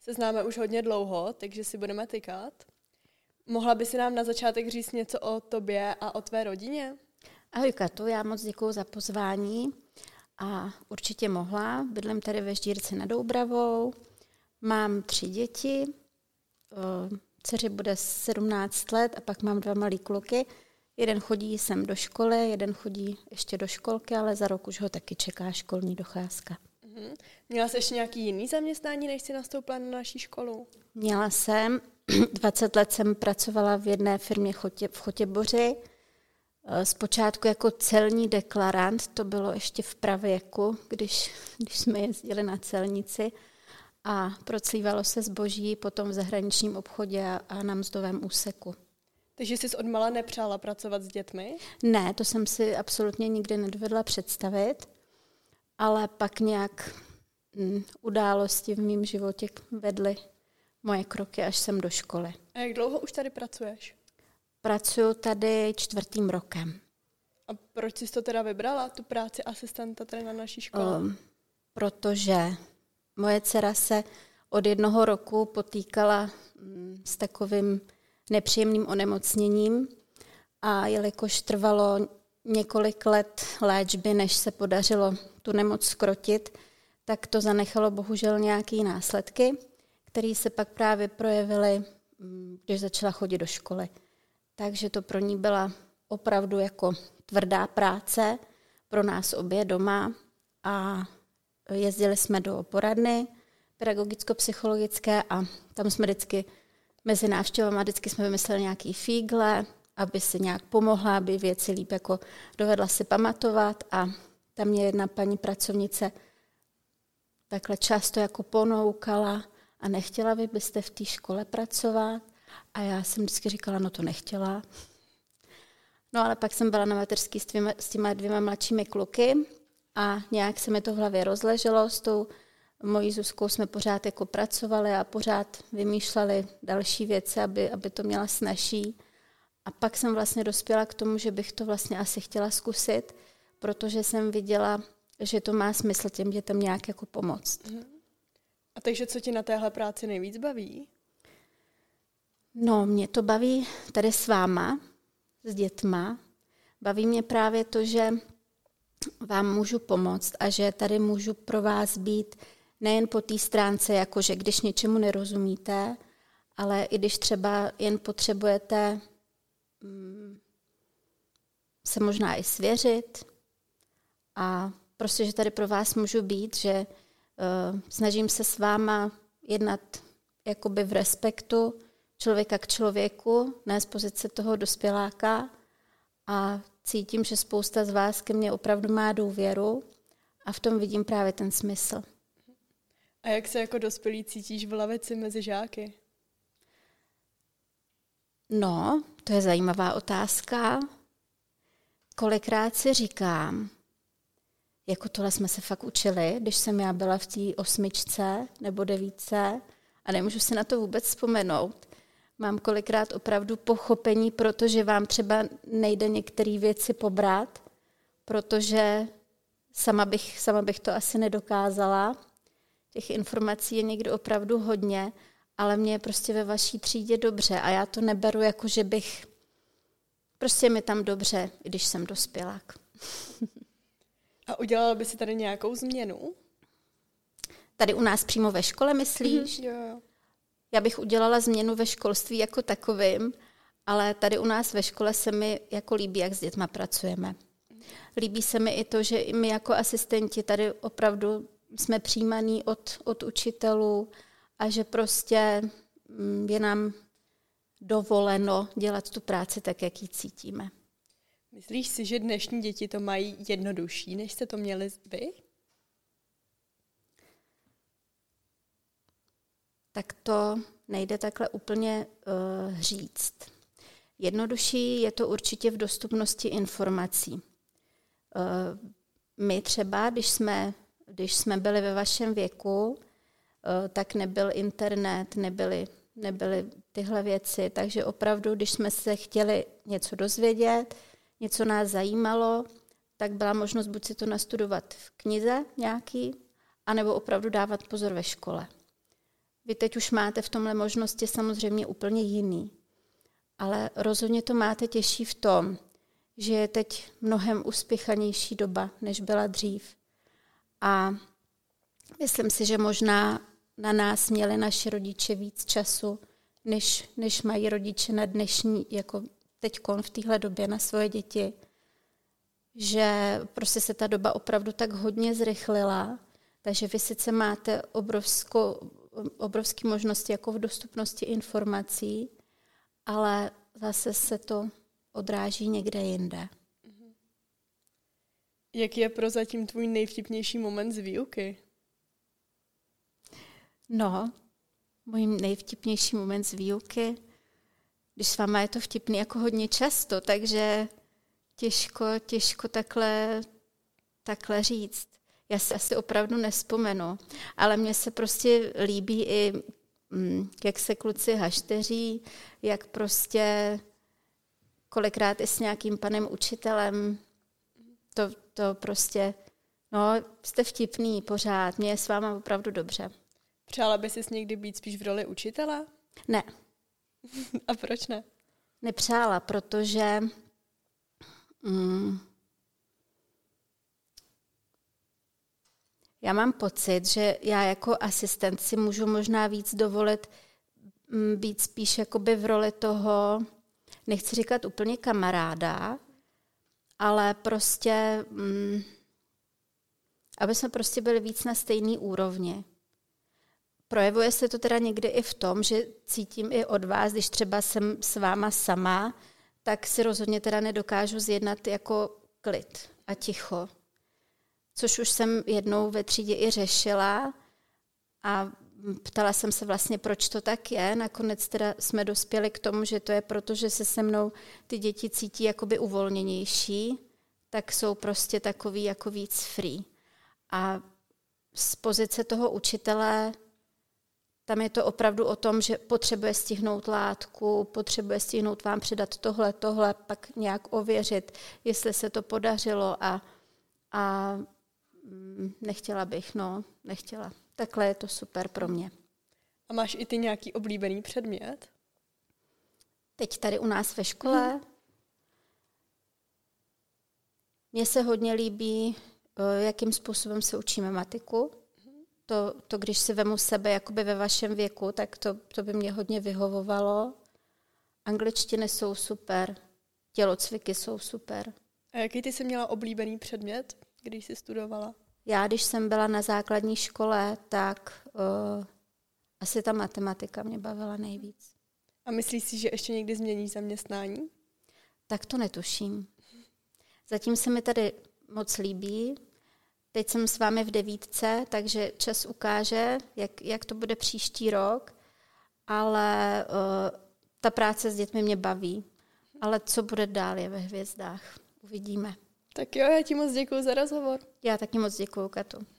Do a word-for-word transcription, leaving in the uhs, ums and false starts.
se známe už hodně dlouho, takže si budeme tykat. Mohla by si nám na začátek říct něco o tobě a o tvé rodině? Ahoj Katu, já moc děkuju za pozvání a určitě mohla. Bydlím tady ve Ždírci nad Doubravou, mám tři děti, dceři bude sedmnáct let a pak mám dva malý kluky. Jeden chodí sem do školy, jeden chodí ještě do školky, ale za rok už ho taky čeká školní docházka. Mhm. Měla jsi ještě nějaký jiný zaměstnání, než jsi nastoupila na naší školu? Měla jsem, dvacet let jsem pracovala v jedné firmě v Chotěboři. Zpočátku jako celní deklarant, to bylo ještě v pravěku, když, když jsme jezdili na celnici a proclívalo se zboží potom v zahraničním obchodě a, a na mzdovém úseku. Takže jsi odmala nepřála pracovat s dětmi? Ne, to jsem si absolutně nikdy nedovedla představit, ale pak nějak mm, události v mém životě vedly moje kroky až sem do školy. A jak dlouho už tady pracuješ? Pracuji tady čtvrtým rokem. A proč jsi to teda vybrala, tu práci asistenta tady na naší škole? Um, protože moje dcera se od jednoho roku potýkala um, s takovým nepříjemným onemocněním a jelikož trvalo několik let léčby, než se podařilo tu nemoc zkrotit, tak to zanechalo bohužel nějaké následky, které se pak právě projevily, když začala chodit do školy. Takže to pro ní byla opravdu jako tvrdá práce pro nás obě doma a jezdili jsme do poradny pedagogicko-psychologické a tam jsme vždycky mezi návštěvama vždycky jsme vymysleli nějaký fígle, aby si nějak pomohla, aby věci líp jako dovedla si pamatovat a tam mě jedna paní pracovnice takhle často jako ponoukala a nechtěla vy byste v té škole pracovat. A já jsem vždycky říkala, no to nechtěla. No ale pak jsem byla na mateřský s, dvěma, s těma dvěma mladšími kluky a nějak se mi to v hlavě rozleželo. S tou mojí Zuzkou jsme pořád jako pracovali a pořád vymýšleli další věci, aby, aby to měla snazší. A pak jsem vlastně dospěla k tomu, že bych to vlastně asi chtěla zkusit, protože jsem viděla, že to má smysl těm dětem nějak jako pomoct. A takže co ti na téhle práci nejvíc baví? No, mě to baví tady s váma, s dětma. Baví mě právě to, že vám můžu pomoct a že tady můžu pro vás být nejen po té stránce, jakože když něčemu nerozumíte, ale i když třeba jen potřebujete mm, se možná i svěřit a prostě, že tady pro vás můžu být, že uh, snažím se s váma jednat jakoby v respektu, člověka k člověku, ne z pozice toho dospěláka a cítím, že spousta z vás ke mně opravdu má důvěru a v tom vidím právě ten smysl. A jak se jako dospělý cítíš v lavici mezi žáky? No, to je zajímavá otázka. Kolikrát si říkám, jako tohle jsme se fakt učili, když jsem já byla v té osmičce nebo devítce a nemůžu si na to vůbec vzpomenout. Mám kolikrát opravdu pochopení, protože vám třeba nejde některé věci pobrat, protože sama bych, sama bych to asi nedokázala. Těch informací je někdy opravdu hodně, ale mě je prostě ve vaší třídě dobře a já to neberu jako, že bych... Prostě mi tam dobře, když jsem dospělák. A udělala by si tady nějakou změnu? Tady u nás přímo ve škole, myslíš? Mm, jo, jo. Já bych udělala změnu ve školství jako takovým, ale tady u nás ve škole se mi jako líbí, jak s dětma pracujeme. Líbí se mi i to, že i my jako asistenti tady opravdu jsme přijímaní od, od učitelů a že prostě je nám dovoleno dělat tu práci tak, jak ji cítíme. Myslíš si, že dnešní děti to mají jednodušší, než jste to měli vy? Tak to nejde takhle úplně uh, říct. Jednodušší je to určitě v dostupnosti informací. Uh, my třeba, když jsme, když jsme byli ve vašem věku, uh, tak nebyl internet, nebyly, nebyly tyhle věci, takže opravdu, když jsme se chtěli něco dozvědět, něco nás zajímalo, tak byla možnost buď si to nastudovat v knize nějaký, anebo opravdu dávat pozor ve škole. Vy teď už máte v tomhle možnosti samozřejmě úplně jiný. Ale rozhodně to máte těžší v tom, že je teď mnohem uspěchanější doba, než byla dřív. A myslím si, že možná na nás měli naši rodiče víc času, než, než mají rodiče na dnešní, jako teďkon v téhle době na svoje děti. Že prostě se ta doba opravdu tak hodně zrychlila, takže vy sice máte obrovskou, obrovské možnosti jako v dostupnosti informací, ale zase se to odráží někde jinde. Jaký je prozatím tvůj nejvtipnější moment z výuky? No, můj nejvtipnější moment z výuky, když s váma je to vtipný jako hodně často, takže těžko, těžko takhle, takhle říct. Já si asi opravdu nespomenu, ale mně se prostě líbí i, jak se kluci hašteří, jak prostě kolikrát i s nějakým panem učitelem, to, to prostě, no, jste vtipný pořád, mě je s váma opravdu dobře. Přála by sis někdy být spíš v roli učitele? Ne. A proč ne? Nepřála, protože mm, já mám pocit, že já jako asistent si můžu možná víc dovolit mm, být spíš jakoby v roli toho, nechci říkat úplně kamaráda, ale prostě, mm, aby jsme prostě byli víc na stejné úrovni. Projevuje se to teda někdy i v tom, že cítím i od vás, když třeba jsem s váma sama, tak si rozhodně teda nedokážu zjednat jako klid a ticho. Což už jsem jednou ve třídě i řešila a ptala jsem se vlastně, proč to tak je. Nakonec teda jsme dospěli k tomu, že to je proto, že se se mnou ty děti cítí jakoby uvolněnější, tak jsou prostě takový jako víc free. A z pozice toho učitele tam je to opravdu o tom, že potřebuje stihnout látku, potřebuje stihnout vám předat tohle, tohle, pak nějak ověřit, jestli se to podařilo a, a nechtěla bych, no, nechtěla. Takhle je to super pro mě. A máš i ty nějaký oblíbený předmět? Teď tady u nás ve škole. Hmm. Mně se hodně líbí, jakým způsobem se učíme matiku. To, to když si vemu sebe jakoby ve vašem věku, tak to, to by mě hodně vyhovovalo. Angličtiny jsou super, tělocviky jsou super. A jaký ty jsi měla oblíbený předmět, když jsi studovala? Já, když jsem byla na základní škole, tak uh, asi ta matematika mě bavila nejvíc. A myslíš si, že ještě někdy změníš zaměstnání? Tak to netuším. Zatím se mi tady moc líbí. Teď jsem s vámi v devítce, takže čas ukáže, jak, jak to bude příští rok, ale uh, ta práce s dětmi mě baví. Ale co bude dál, je ve hvězdách. Uvidíme. Tak jo, já ti moc děkuju za rozhovor. Já taky moc děkuju, Katu.